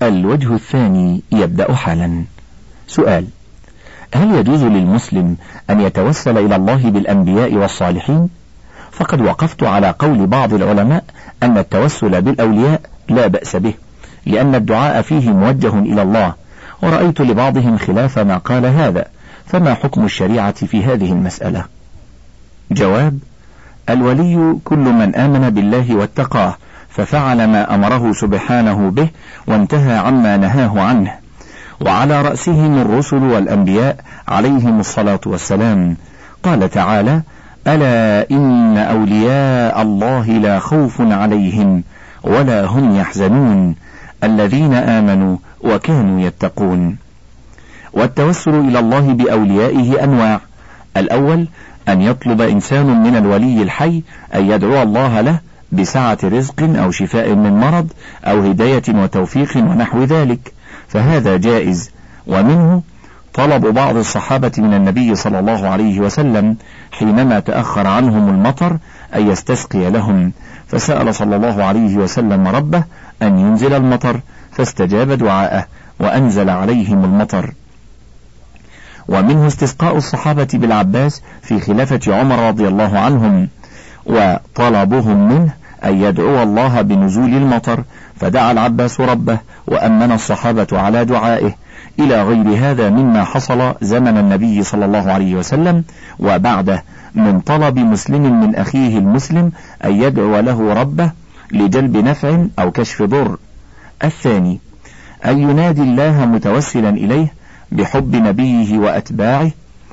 الوجه الثاني يبدأ حالا. سؤال: هل يجوز للمسلم أن يتوسل إلى الله بالأنبياء والصالحين؟ فقد وقفت على قول بعض العلماء أن التوسل بالأولياء لا بأس به، لأن الدعاء فيه موجه إلى الله، ورأيت لبعضهم خلاف ما قال هذا، فما حكم الشريعة في هذه المسألة؟ جواب: الولي كل من آمن بالله واتقاه ففعل ما أمره سبحانه به وانتهى عما نهاه عنه، وعلى رأسهم الرسل والأنبياء عليهم الصلاة والسلام. قال تعالى: ألا إن أولياء الله لا خوف عليهم ولا هم يحزنون الذين آمنوا وكانوا يتقون. والتوسل إلى الله بأوليائه أنواع: الأول أن يطلب إنسان من الولي الحي أن يدعو الله له بسعة رزق أو شفاء من مرض أو هداية وتوفيق ونحو ذلك، فهذا جائز. ومنه طلب بعض الصحابة من النبي صلى الله عليه وسلم حينما تأخر عنهم المطر أن يستسقي لهم، فسأل صلى الله عليه وسلم ربه أن ينزل المطر، فاستجاب دعاءه وأنزل عليهم المطر. ومنه استسقاء الصحابة بالعباس في خلافة عمر رضي الله عنهم، وطلبهم منه أن يدعو الله بنزول المطر، فدعا العباس ربه وأمن الصحابة على دعائه، إلى غير هذا مما حصل زمن النبي صلى الله عليه وسلم وبعده من طلب مسلم من أخيه المسلم أن يدعو له ربه لجلب نفع أو كشف ضر. الثاني أن ينادي الله متوسلا إليه بحب نبيه وأتباعه،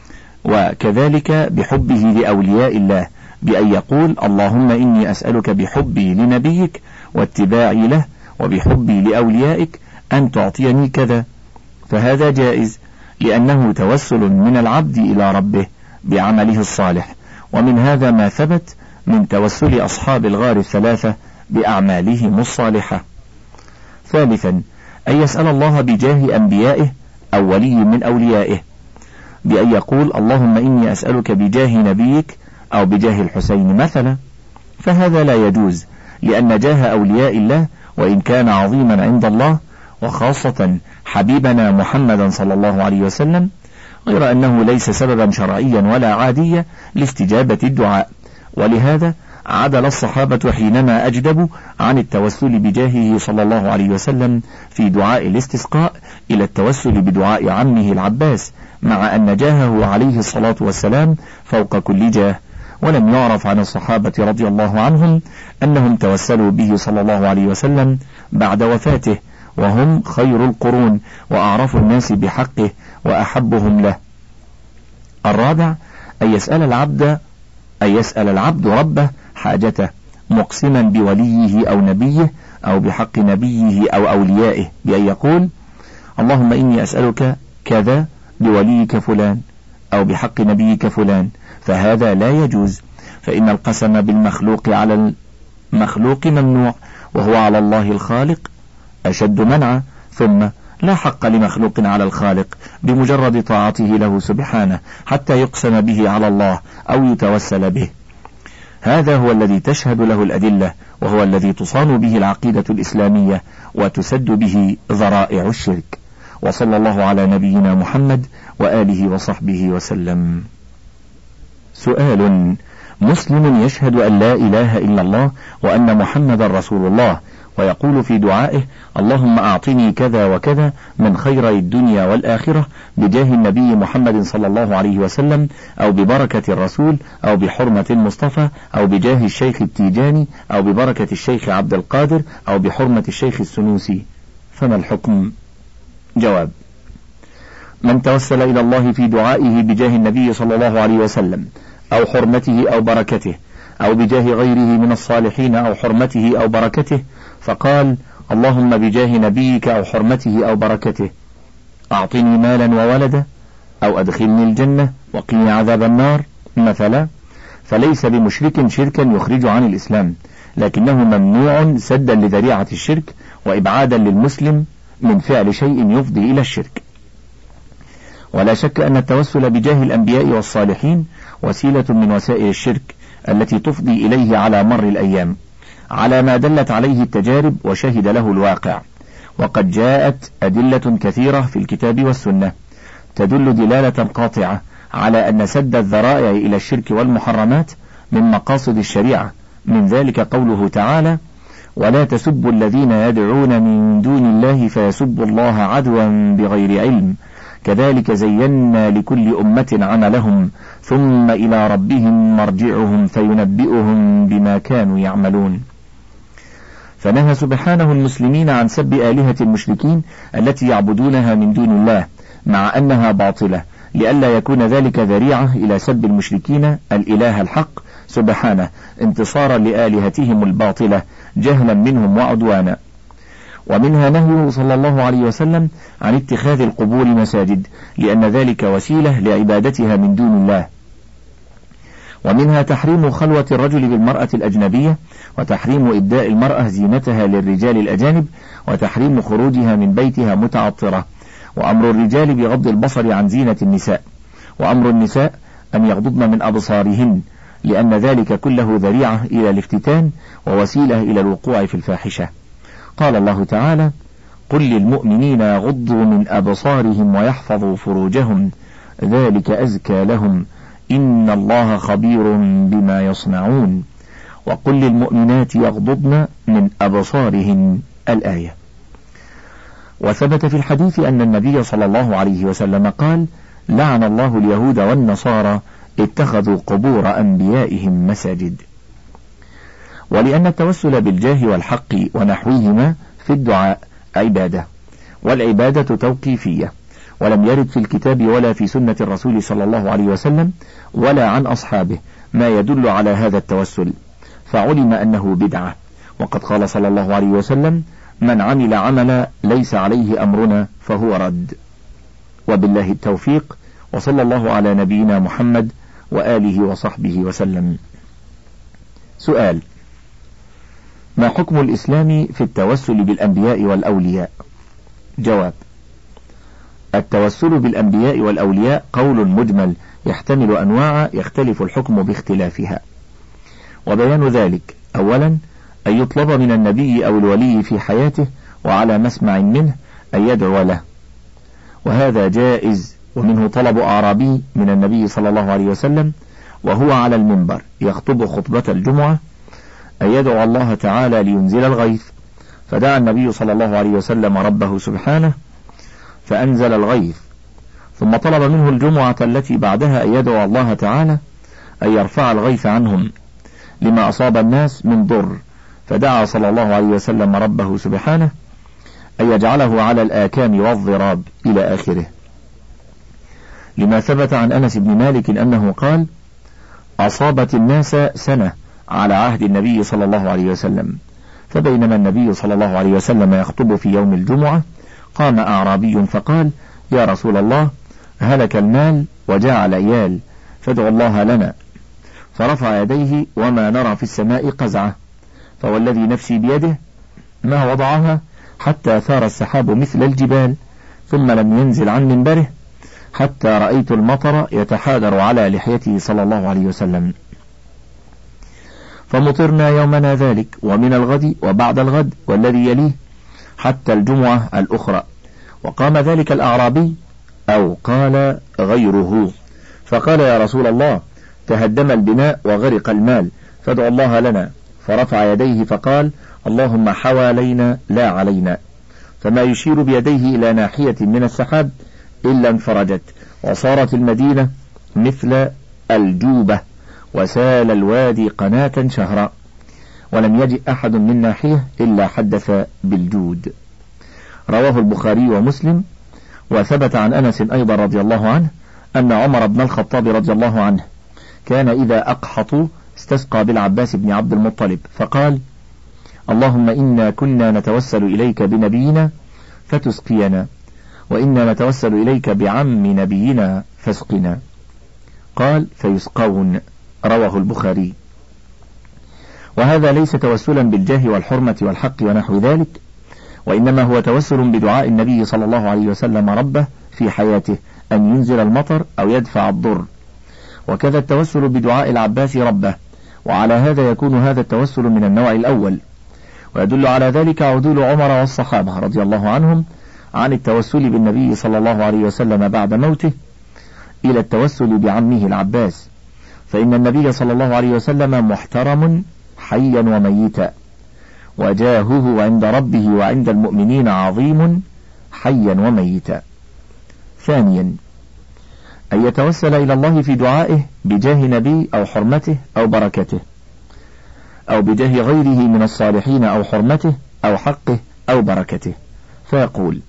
وكذلك بحبه لأولياء الله، بأن يقول: اللهم إني أسألك بحبي لنبيك واتباعي له وبحبي لأوليائك أن تعطيني كذا، فهذا جائز، لأنه توسل من العبد إلى ربه بعمله الصالح. ومن هذا ما ثبت من توسل أصحاب الغار الثلاثة بأعمالهم الصالحة. ثالثا أن يسأل الله بجاه أنبيائه أو ولي من أوليائه، بأن يقول: اللهم إني أسألك بجاه نبيك أو بجاه الحسين مثلا، فهذا لا يجوز، لأن جاه أولياء الله وإن كان عظيما عند الله، وخاصة حبيبنا محمدا صلى الله عليه وسلم، غير أنه ليس سببا شرعيا ولا عاديا لاستجابة الدعاء، ولهذا عدل الصحابة حينما أجدبوا عن التوسل بجاهه صلى الله عليه وسلم في دعاء الاستسقاء إلى التوسل بدعاء عمه العباس، مع أن جاهه عليه الصلاة والسلام فوق كل جاه. ولم يعرف عن الصحابة رضي الله عنهم أنهم توسلوا به صلى الله عليه وسلم بعد وفاته، وهم خير القرون وأعرف الناس بحقه وأحبهم له. الرابع أن يسأل العبد ربه حاجته مقسما بوليه أو نبيه أو بحق نبيه أو أوليائه، بأن يقول: اللهم إني أسألك كذا بوليك فلان أو بحق نبيك فلان، فهذا لا يجوز، فإن القسم بالمخلوق على المخلوق ممنوع، وهو على الله الخالق أشد منعا. ثم لا حق لمخلوق على الخالق بمجرد طاعته له سبحانه حتى يقسم به على الله أو يتوسل به. هذا هو الذي تشهد له الأدلة، وهو الذي تصان به العقيدة الإسلامية وتسد به ذرائع الشرك. وصلى الله على نبينا محمد وآله وصحبه وسلم. سؤال: مسلم يشهد أن لا إله إلا الله وأن محمد رسول الله، ويقول في دعائه: اللهم أعطني كذا وكذا من خيري الدنيا والآخرة بجاه النبي محمد صلى الله عليه وسلم، أو ببركة الرسول، أو بحرمة المصطفى، أو بجاه الشيخ التيجاني، أو ببركة الشيخ عبد القادر، أو بحرمة الشيخ السنوسي، فما الحكم؟ جواب: من توسل إلى الله في دعائه بجاه النبي صلى الله عليه وسلم أو حرمته أو بركته، أو بجاه غيره من الصالحين أو حرمته أو بركته، فقال: اللهم بجاه نبيك أو حرمته أو بركته أعطني مالا وولدا، أو أدخلني الجنة وقني عذاب النار مثلا، فليس بمشرك شركا يخرج عن الإسلام، لكنه ممنوع سدا لذريعة الشرك وإبعادا للمسلم من فعل شيء يفضي إلى الشرك. ولا شك أن التوسل بجاه الأنبياء والصالحين وسيلة من وسائل الشرك التي تفضي إليه على مر الأيام، على ما دلت عليه التجارب وشهد له الواقع. وقد جاءت أدلة كثيرة في الكتاب والسنة تدل دلالة قاطعة على أن سد الذرائع إلى الشرك والمحرمات من مقاصد الشريعة، من ذلك قوله تعالى: ولا تسبوا الذين يدعون من دون الله فيسبوا الله عدوا بغير علم كذلك زينا لكل أمة عملهم ثم إلى ربهم مرجعهم فينبئهم بما كانوا يعملون. فنهى سبحانه المسلمين عن سب آلهة المشركين التي يعبدونها من دون الله، مع أنها باطلة، لئلا يكون ذلك ذريعة إلى سب المشركين الإله الحق سبحانه انتصارا لآلهتهم الباطلة جهلا منهم وعدوانا. ومنها نهيه صلى الله عليه وسلم عن اتخاذ القبور مساجد، لأن ذلك وسيلة لعبادتها من دون الله. ومنها تحريم خلوة الرجل بالمرأة الأجنبية، وتحريم إبداء المرأة زينتها للرجال الأجانب، وتحريم خروجها من بيتها متعطرة، وأمر الرجال بغض البصر عن زينة النساء، وأمر النساء أن يغضضن من أبصارهن، لأن ذلك كله ذريعة إلى الافتتان ووسيلة إلى الوقوع في الفاحشة. قال الله تعالى: قل للمؤمنين يغضوا من أبصارهم ويحفظوا فروجهم ذلك أزكى لهم إن الله خبير بما يصنعون، وقل للمؤمنات يغضضن من أبصارهن الآية. وثبت في الحديث أن النبي صلى الله عليه وسلم قال: لعن الله اليهود والنصارى اتخذوا قبور أنبيائهم مساجد. ولأن التوسل بالجاه والحق ونحوهما في الدعاء عبادة، والعبادة توقيفية، ولم يرد في الكتاب ولا في سنة الرسول صلى الله عليه وسلم ولا عن أصحابه ما يدل على هذا التوسل، فعلم أنه بدعة. وقد قال صلى الله عليه وسلم: من عمل عملا ليس عليه أمرنا فهو رد. وبالله التوفيق، وصلى الله على نبينا محمد وآله وصحبه وسلم. سؤال: ما حكم الإسلام في التوسل بالأنبياء والأولياء؟ جواب: التوسل بالأنبياء والأولياء قول مجمل يحتمل أنواع يختلف الحكم باختلافها، وبيان ذلك: أولا أن يطلب من النبي أو الولي في حياته وعلى مسمع منه أن يدعو له، وهذا جائز. ومنه طلب أعرابي من النبي صلى الله عليه وسلم وهو على المنبر يخطب خطبة الجمعة أن يدعو الله تعالى لينزل الغيث، فدعا النبي صلى الله عليه وسلم ربه سبحانه فأنزل الغيث، ثم طلب منه الجمعة التي بعدها أن يدعو الله تعالى أن يرفع الغيث عنهم لما أصاب الناس من ضر، فدعا صلى الله عليه وسلم ربه سبحانه أن يجعله على الآكام والضراب إلى آخره. لما ثبت عن أنس بن مالك أنه قال: أصابت الناس سنة على عهد النبي صلى الله عليه وسلم، فبينما النبي صلى الله عليه وسلم يخطب في يوم الجمعة قام أعرابي فقال: يا رسول الله، هلك المال وجاع العيال، فادعوا الله لنا. فرفع يديه وما نرى في السماء قزعة، فوالذي نفسي بيده ما وضعها حتى ثار السحاب مثل الجبال، ثم لم ينزل عن منبره حتى رأيت المطر يتحادر على لحيته صلى الله عليه وسلم. فمطرنا يومنا ذلك ومن الغد وبعد الغد والذي يليه حتى الجمعة الأخرى. وقام ذلك الأعرابي أو قال غيره فقال: يا رسول الله، تهدم البناء وغرق المال، فادعوا الله لنا. فرفع يديه فقال: اللهم حوالينا لا علينا. فما يشير بيديه إلى ناحية من السحاب إلا انفرجت، وصارت المدينة مثل الجوبة، وسال الوادي قناة شهرا، ولم يجئ أحد من ناحية إلا حدث بالجود. رواه البخاري ومسلم. وثبت عن أنس أيضا رضي الله عنه أن عمر بن الخطاب رضي الله عنه كان إذا أقحطوا استسقى بالعباس بن عبد المطلب فقال: اللهم إنا كنا نتوسل إليك بنبينا فتسقينا، وإنا نتوسل إليك بعم نبينا فاسقنا. قال: فيسقون. رواه البخاري. وهذا ليس توسلا بالجاه والحرمة والحق ونحو ذلك، وإنما هو توسل بدعاء النبي صلى الله عليه وسلم ربه في حياته أن ينزل المطر أو يدفع الضر، وكذا التوسل بدعاء العباس ربه، وعلى هذا يكون هذا التوسل من النوع الأول. ويدل على ذلك عدول عمر والصحابة رضي الله عنهم عن التوسل بالنبي صلى الله عليه وسلم بعد موته إلى التوسل بعمه العباس، فإن النبي صلى الله عليه وسلم محترم حيا وميتا، وجاهه عند ربه وعند المؤمنين عظيم حيا وميتا. ثانيا، أن يتوسل إلى الله في دعائه بجاه نبي أو حرمته أو بركته، أو بجاه غيره من الصالحين أو حرمته أو حقه أو بركته، فيقول: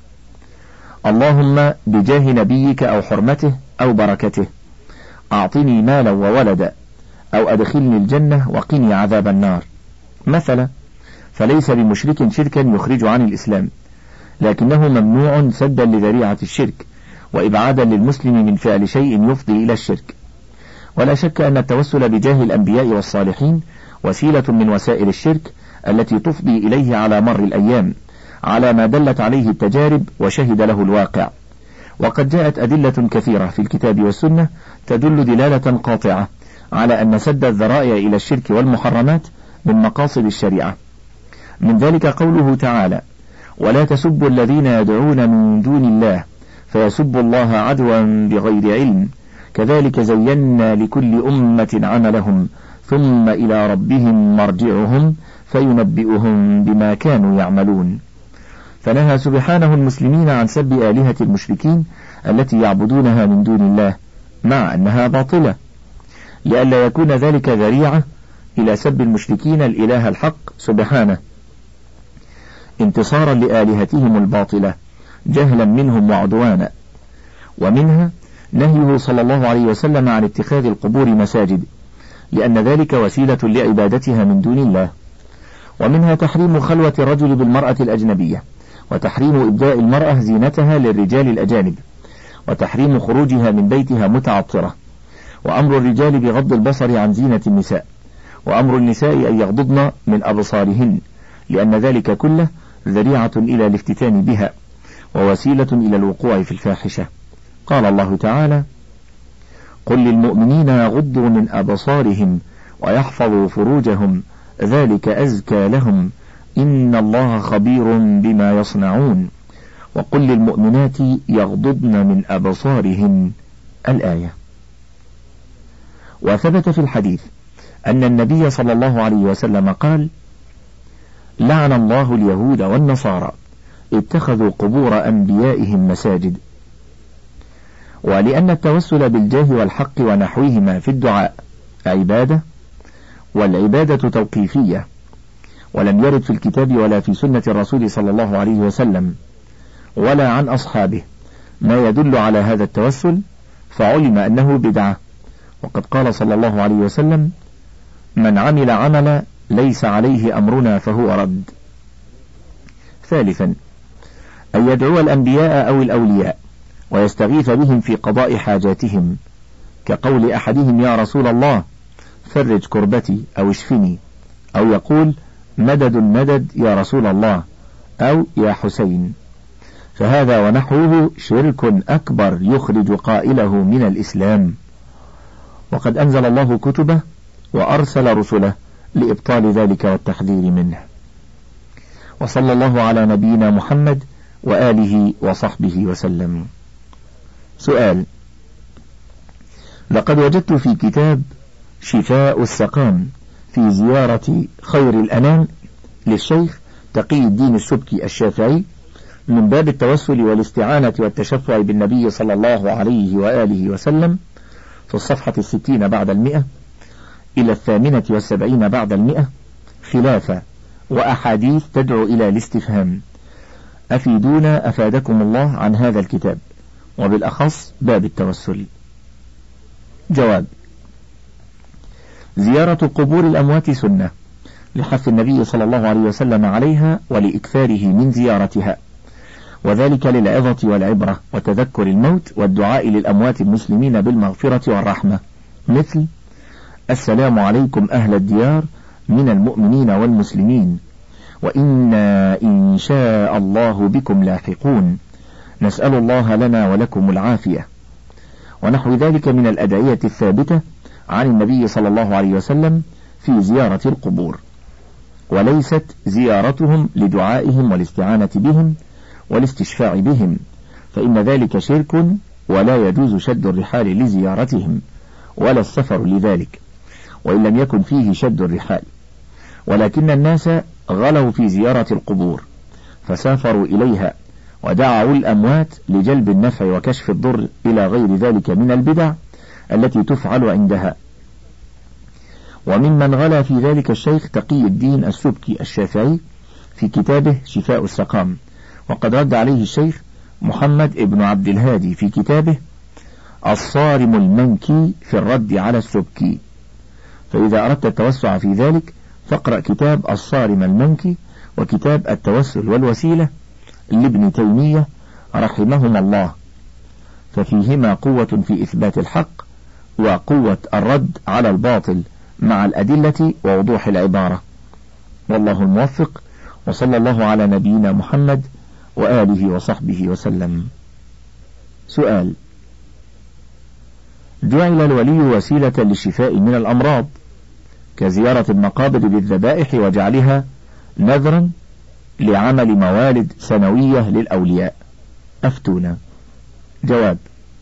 اللهم بجاه نبيك أو حرمته أو بركته أعطني مالا وولدا، أو أدخلني الجنة وقني عذاب النار مثلا، فليس بمشرك شركا يخرج عن الإسلام، لكنه ممنوع سدا لذريعة الشرك وإبعادا للمسلم من فعل شيء يفضي إلى الشرك. ولا شك أن التوسل بجاه الأنبياء والصالحين وسيلة من وسائل الشرك التي تفضي إليه على مر الأيام، على ما دلت عليه التجارب وشهد له الواقع. وقد جاءت أدلة كثيرة في الكتاب والسنة تدل دلالة قاطعة على أن سد الذرائع إلى الشرك والمحرمات من مقاصد الشريعة. من ذلك قوله تعالى: ولا تسبوا الذين يدعون من دون الله فيسبوا الله عدوا بغير علم كذلك زينا لكل أمة عملهم ثم إلى ربهم مرجعهم فينبئهم بما كانوا يعملون. فنهى سبحانه المسلمين عن سب آلهة المشركين التي يعبدونها من دون الله، مع أنها باطلة، لئلا يكون ذلك ذريعة إلى سب المشركين الإله الحق سبحانه، انتصارا لآلهتهم الباطلة جهلا منهم وعدوانا. ومنها نهيه صلى الله عليه وسلم عن اتخاذ القبور مساجد، لأن ذلك وسيلة لعبادتها من دون الله. ومنها تحريم خلوة الرجل بالمرأة الأجنبية، وتحريم إبداء المرأة زينتها للرجال الأجانب، وتحريم خروجها من بيتها متعطرة، وأمر الرجال بغض البصر عن زينة النساء، وأمر النساء أن يغضضن من أبصارهن، لأن ذلك كله ذريعة إلى الافتتان بها ووسيلة إلى الوقوع في الفاحشة. قال الله تعالى: قل للمؤمنين يغضوا من أبصارهم ويحفظوا فروجهم ذلك أزكى لهم إن الله خبير بما يصنعون وقل للمؤمنات يغضضن من أبصارهن الآية. وثبت في الحديث أن النبي صلى الله عليه وسلم قال: لعن الله اليهود والنصارى اتخذوا قبور أنبيائهم مساجد. ولأن التوسل بالجاه والحق ونحوهما في الدعاء عبادة، والعبادة توقيفية، ولم يرد في الكتاب ولا في سنة الرسول صلى الله عليه وسلم ولا عن أصحابه ما يدل على هذا التوسل، فعلم أنه بدعة. وقد قال صلى الله عليه وسلم: من عمل عملا ليس عليه أمرنا فهو رد. ثالثا، أن يدعو الأنبياء أو الأولياء ويستغيث بهم في قضاء حاجاتهم، كقول أحدهم: يا رسول الله فرج كربتي أو اشفني، أو يقول: مدد مدد يا رسول الله، أو يا حسين. فهذا ونحوه شرك أكبر يخرج قائله من الإسلام. وقد أنزل الله كتبه وأرسل رسله لإبطال ذلك والتحذير منه. وصلى الله على نبينا محمد وآله وصحبه وسلم. سؤال: لقد وجدت في كتاب شفاء السقام في زيارة خير الأنام للشيخ تقي الدين السبكي الشافعي من باب التوسل والاستعانة والتشفع بالنبي صلى الله عليه وآله وسلم في الصفحة 60 بعد 100 إلى 78 بعد 100 خلافة وأحاديث تدعو إلى الاستفهام. أفيدونا أفادكم الله عن هذا الكتاب، وبالأخص باب التوسل. جواب: زيارة قبور الأموات سنة لحث النبي صلى الله عليه وسلم عليها ولإكثاره من زيارتها، وذلك للعظة والعبرة وتذكر الموت والدعاء للأموات المسلمين بالمغفرة والرحمة، مثل: السلام عليكم أهل الديار من المؤمنين والمسلمين وإنا إن شاء الله بكم لاحقون، نسأل الله لنا ولكم العافية، ونحو ذلك من الأدعية الثابتة عن النبي صلى الله عليه وسلم في زيارة القبور. وليست زيارتهم لدعائهم والاستعانة بهم والاستشفاع بهم، فإن ذلك شرك، ولا يجوز شد الرحال لزيارتهم ولا السفر لذلك، وإن لم يكن فيه شد الرحال. ولكن الناس غلوا في زيارة القبور فسافروا إليها ودعوا الأموات لجلب النفع وكشف الضر إلى غير ذلك من البدع التي تفعل عندها. وممن غلا في ذلك الشيخ تقي الدين السبكي الشافعي في كتابه شفاء السقام، وقد رد عليه الشيخ محمد ابن عبد الهادي في كتابه الصارم المنكي في الرد على السبكي. فإذا أردت التوسع في ذلك فاقرأ كتاب الصارم المنكي وكتاب التوسل والوسيلة لابن تيمية رحمهما الله، ففيهما قوة في إثبات الحق وقوة الرد على الباطل مع الأدلة ووضوح العبارة. والله الموفق، وصلى الله على نبينا محمد وآله وصحبه وسلم. سؤال: جعل الولي وسيلة للشفاء من الأمراض كزيارة المقابر بالذبائح وجعلها نذرا لعمل موالد سنوية للأولياء، أفتونا. جواب: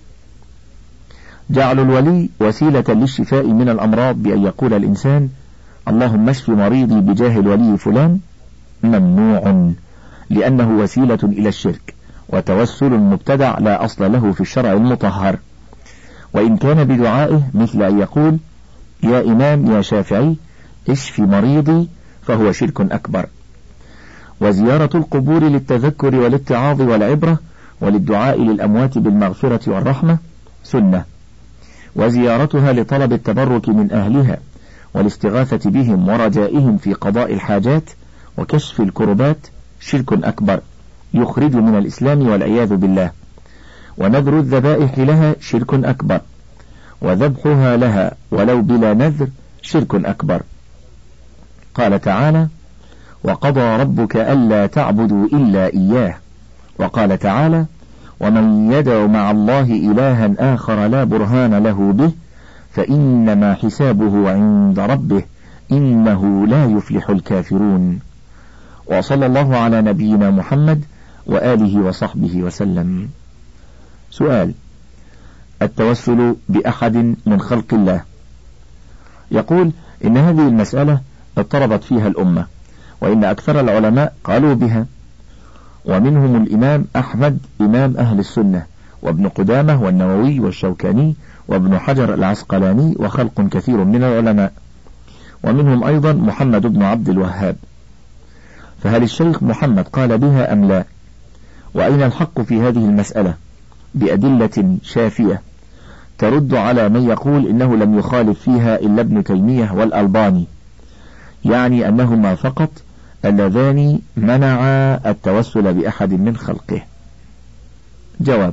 جعل الولي وسيلة للشفاء من الأمراض بأن يقول الإنسان اللهم اشف مريضي بجاه الولي فلان ممنوع، لأنه وسيلة إلى الشرك وتوسل مبتدع لا أصل له في الشرع المطهر. وإن كان بدعائه مثل أن يقول يا إمام يا شافعي اشف مريضي فهو شرك أكبر. وزيارة القبور للتذكر والاتعاظ والعبرة وللدعاء للأموات بالمغفرة والرحمة سنة، وزيارتها لطلب التبرك من أهلها والاستغاثة بهم ورجائهم في قضاء الحاجات وكشف الكربات شرك أكبر يخرج من الإسلام والعياذ بالله. ونذر الذبائح لها شرك أكبر، وذبحها لها ولو بلا نذر شرك أكبر. قال تعالى وقضى ربك ألا تعبدوا إلا إياه، وقال تعالى ومن يدع مع الله إلها آخر لا برهان له به فإنما حسابه عند ربه إنه لا يفلح الكافرون. وصلى الله على نبينا محمد وآله وصحبه وسلم. سؤال: التوسل بأحد من خلق الله. يقول إن هذه المسألة اضطربت فيها الأمة، وإن أكثر العلماء قالوا بها، ومنهم الإمام أحمد إمام أهل السنة، وابن قدامة والنووي والشوكاني وابن حجر العسقلاني وخلق كثير من العلماء، ومنهم أيضا محمد بن عبد الوهاب. فهل الشيخ محمد قال بها أم لا؟ وأين الحق في هذه المسألة بأدلة شافية ترد على من يقول إنه لم يخالف فيها إلا ابن تيمية والألباني، يعني أنهما فقط اللذان منعا التوسل بأحد من خلقه؟ جواب: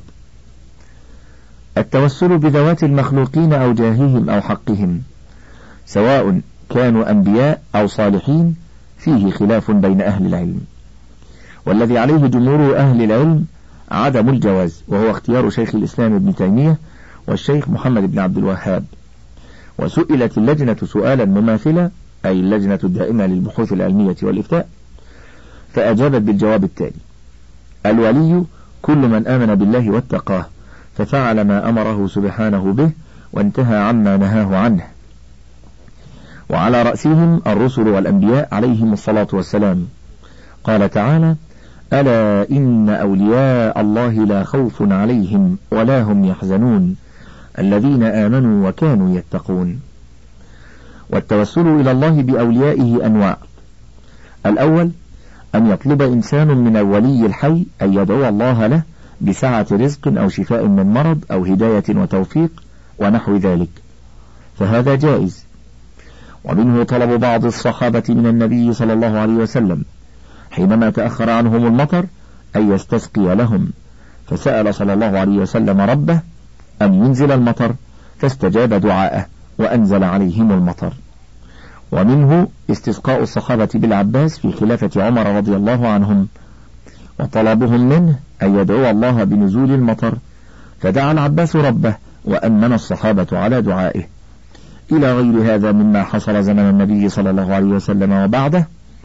التوسل بذوات المخلوقين أو جاههم أو حقهم سواء كانوا أنبياء أو صالحين فيه خلاف بين أهل العلم، والذي عليه جمهور أهل العلم عدم الجواز، وهو اختيار شيخ الإسلام ابن تيمية والشيخ محمد بن عبد الوهاب. وسئلت اللجنة سؤالا مماثلا، أي اللجنة الدائمة للبحوث العلمية والإفتاء، فأجابت بالجواب التالي: الولي كل من آمن بالله واتقاه ففعل ما أمره سبحانه به وانتهى عما نهاه عنه، وعلى رأسهم الرسل والأنبياء عليهم الصلاة والسلام. قال تعالى: ألا إن أولياء الله لا خوف عليهم ولا هم يحزنون الذين آمنوا وكانوا يتقون. والتوسل إلى الله بأوليائه أنواع: الأول أن يطلب إنسان من الولي الحي أن يدعو الله له بسعة رزق أو شفاء من مرض أو هداية وتوفيق ونحو ذلك، فهذا جائز. ومنه طلب بعض الصحابة من النبي صلى الله عليه وسلم حينما تأخر عنهم المطر أن يستسقي لهم، فسأل صلى الله عليه وسلم ربه أن ينزل المطر فاستجاب دعاءه وأنزل عليهم المطر. ومنه استسقاء الصحابة بالعباس في خلافة عمر رضي الله عنهم، وطلبهم منه أن يدعو الله بنزول المطر، فدعا العباس ربه وأمن الصحابة على دعائه، إلى غير هذا مما حصل زمن النبي صلى الله عليه وسلم وبعده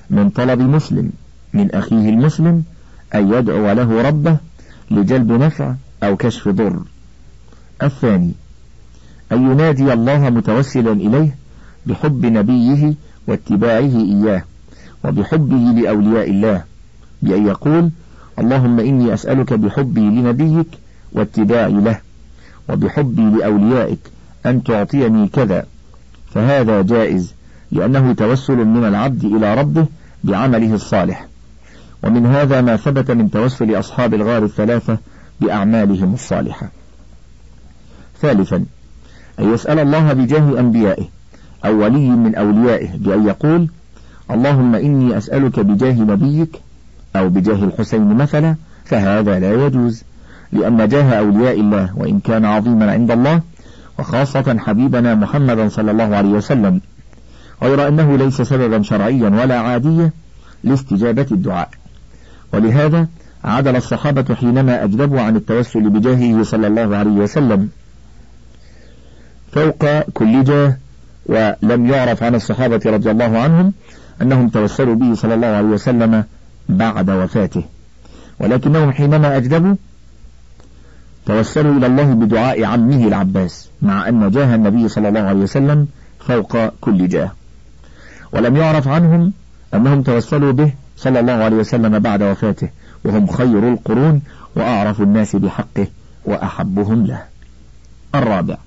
من طلب مسلم من أخيه المسلم أن يدعو له ربه لجلب نفع أو كشف ضر. الثاني أن ينادي الله متوسلا إليه بحب نبيه واتباعه إياه وبحبه لأولياء الله، بأن يقول: اللهم إني أسألك بحبي لنبيك واتباعي له وبحبي لأوليائك أن تعطيني كذا. فهذا جائز لأنه توسل من العبد إلى ربه بعمله الصالح، ومن هذا ما ثبت من توسل أصحاب الغار الثلاثة بأعمالهم الصالحة. ثالثا أن يسأل الله بجاه أنبيائه أو ولي من أوليائه بأن يقول: اللهم إني أسألك بجاه نبيك أو بجاه الحسين مثلا، فهذا لا يجوز، لأن جاه أولياء الله وإن كان عظيما عند الله، وخاصة حبيبنا محمدا صلى الله عليه وسلم، غير أنه ليس سببا شرعيا ولا عاديا لاستجابة الدعاء. ولهذا عدل الصحابة حينما أجلبوا عن التوسل بجاهه صلى الله عليه وسلم فوق كل جاه، ولم يعرف عن الصحابة رضي الله عنهم أنهم توسلوا به صلى الله عليه وسلم بعد وفاته، ولكنهم حينما أجلبوا توسلوا إلى الله بدعاء عمه العباس، مع أن جاه النبي صلى الله عليه وسلم فوق كل جاه. ولم يعرف عنهم أنهم توسلوا به صلى الله عليه وسلم بعد وفاته، وهم خير القرون وأعرف الناس بحقه وأحبهم له. الرابع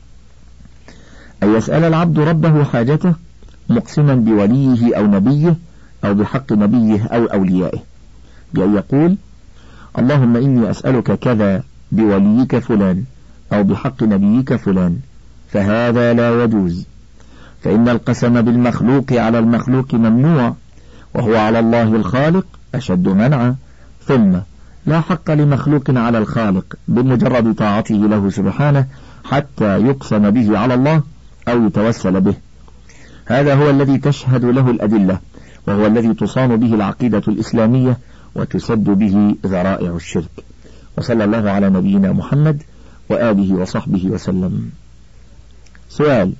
أن يسأل العبد ربه حاجته مقسما بوليه أو نبيه أو بحق نبيه أو أوليائه، بأن يقول: اللهم إني أسألك كذا بوليك فلان أو بحق نبيك فلان، فهذا لا يجوز، فإن القسم بالمخلوق على المخلوق ممنوع، وهو على الله الخالق أشد منعا. ثم لا حق لمخلوق على الخالق بمجرد طاعته له سبحانه حتى يقسم به على الله أو يتوسل به. هذا هو الذي تشهد له الأدلة، وهو الذي تصان به العقيدة الإسلامية وتسد به ذرائع الشرك. وصلى الله على نبينا محمد وآله وصحبه وسلم. سؤال: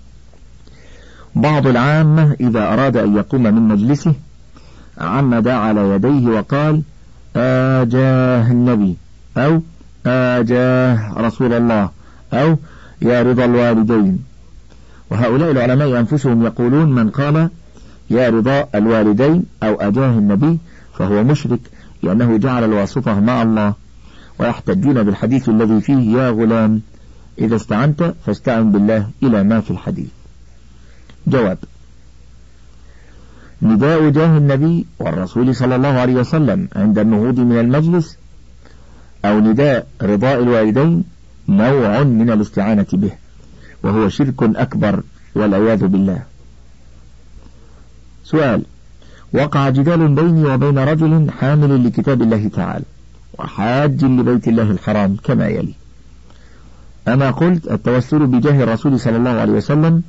بعض العامة إذا أراد أن يقوم من مجلسه عمد على يديه وقال: آجاه النبي، أو آجاه رسول الله، أو يا رضا الوالدين. وهؤلاء العلماء أنفسهم يقولون: من قال يا رضا الوالدين أو أجاه النبي فهو مشرك، لأنه جعل الواسطة مع الله. ويحتجون بالحديث الذي فيه: يا غلام إذا استعنت فاستعن بالله، إلى ما في الحديث. جواب: نداء جاه النبي والرسول صلى الله عليه وسلم عند النهوض من المجلس أو نداء رضاء الوالدين نوع من الاستعانة به، وهو شرك أكبر والعياذ بالله. سؤال: وقع جدال بيني وبين رجل حامل لكتاب الله تعالى وحاج لبيت الله الحرام كما يلي. أنا قلت: التوسل بجاه الرسول صلى الله عليه وسلم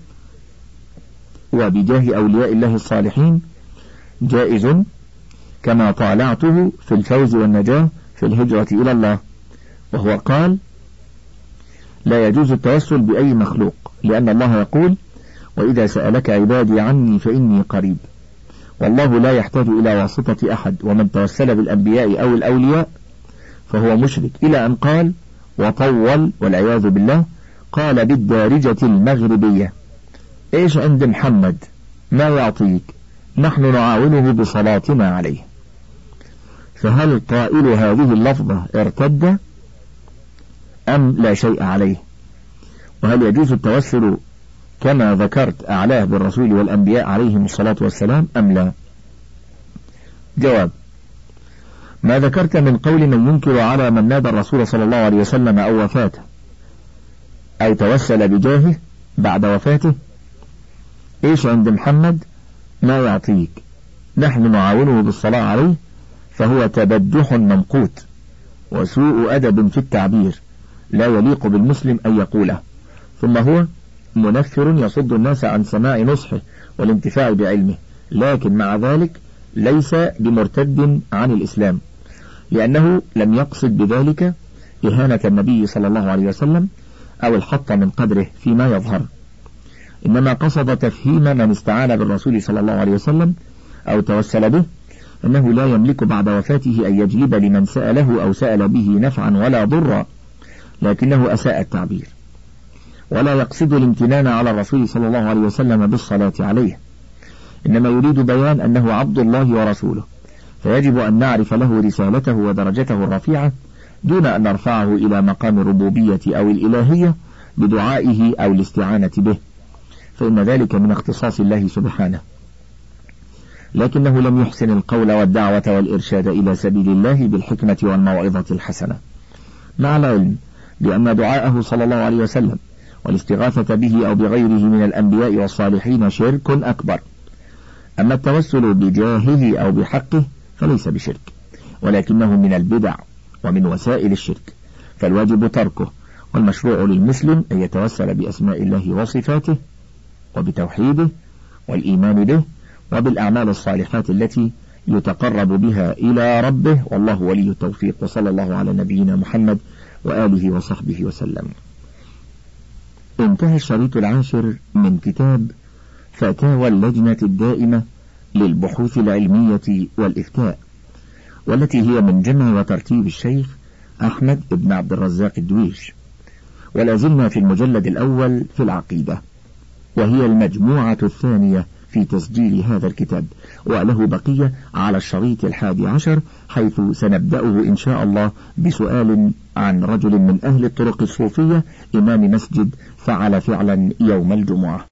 وبجاه أولياء الله الصالحين جائز، كما طالعته في الفوز والنجاة في الهجرة إلى الله، وهو قال: لا يجوز التوسل بأي مخلوق، لأن الله يقول: وإذا سألك عبادي عني فإني قريب. والله لا يحتاج إلى واسطة أحد، ومن توسل بالأنبياء أو الأولياء فهو مشرك، إلى أن قال وطول والعياذ بالله، قال بالدارجة المغربية: إيش عند محمد ما يعطيك، نحن نعاونه بصلاتنا عليه. فهل قائل هذه اللفظة ارتد أم لا شيء عليه؟ وهل يجوز التوسل كما ذكرت أعلاه بالرسول والأنبياء عليهم الصلاة والسلام أم لا؟ جواب: ما ذكرت من قول من ينكر على من نادى الرسول صلى الله عليه وسلم أو وفاته أو توسل بجاهه بعد وفاته: إيش عند محمد ما يعطيك، نحن نعاونه بالصلاة عليه، فهو تبجح ممقوت وسوء أدب في التعبير لا يليق بالمسلم أن يقوله، ثم هو منفر يصد الناس عن سماع نصحه والانتفاع بعلمه، لكن مع ذلك ليس بمرتد عن الإسلام، لأنه لم يقصد بذلك إهانة النبي صلى الله عليه وسلم أو الحط من قدره فيما يظهر، إنما قصد تفهيم من استعان بالرسول صلى الله عليه وسلم أو توسل به أنه لا يملك بعد وفاته أن يجلب لمن سأله أو سأل به نفعا ولا ضرا، لكنه أساء التعبير، ولا يقصد الامتنان على الرسول صلى الله عليه وسلم بالصلاة عليه، إنما يريد بيان أنه عبد الله ورسوله، فيجب أن نعرف له رسالته ودرجته الرفيعة دون أن نرفعه إلى مقام الربوبية أو الإلهية بدعائه أو الاستعانة به، فإن ذلك من اختصاص الله سبحانه، لكنه لم يحسن القول والدعوة والإرشاد إلى سبيل الله بالحكمة والموعظة الحسنة، مع العلم بأن دعاءه صلى الله عليه وسلم والاستغاثة به أو بغيره من الأنبياء والصالحين شرك أكبر. أما التوسل بجاهه أو بحقه فليس بشرك، ولكنه من البدع ومن وسائل الشرك، فالواجب تركه، والمشروع للمسلم أن يتوسل بأسماء الله وصفاته وبتوحيده والإيمان به وبالأعمال الصالحات التي يتقرب بها إلى ربه، والله ولي التوفيق. وصلى الله على نبينا محمد وآله وصحبه وسلم. انتهى الشريط 10 من كتاب فتاوى اللجنة الدائمة للبحوث العلمية والإفتاء، والتي هي من جمع وترتيب الشيخ أحمد بن عبد الرزاق الدويش، ولا زلنا في المجلد الأول في العقيدة، وهي المجموعة الثانية في تسجيل هذا الكتاب، وله بقية على الشريط 11، حيث سنبدأه إن شاء الله بسؤال عن رجل من أهل الطرق الصوفية إمام مسجد فعل فعلا يوم الجمعة.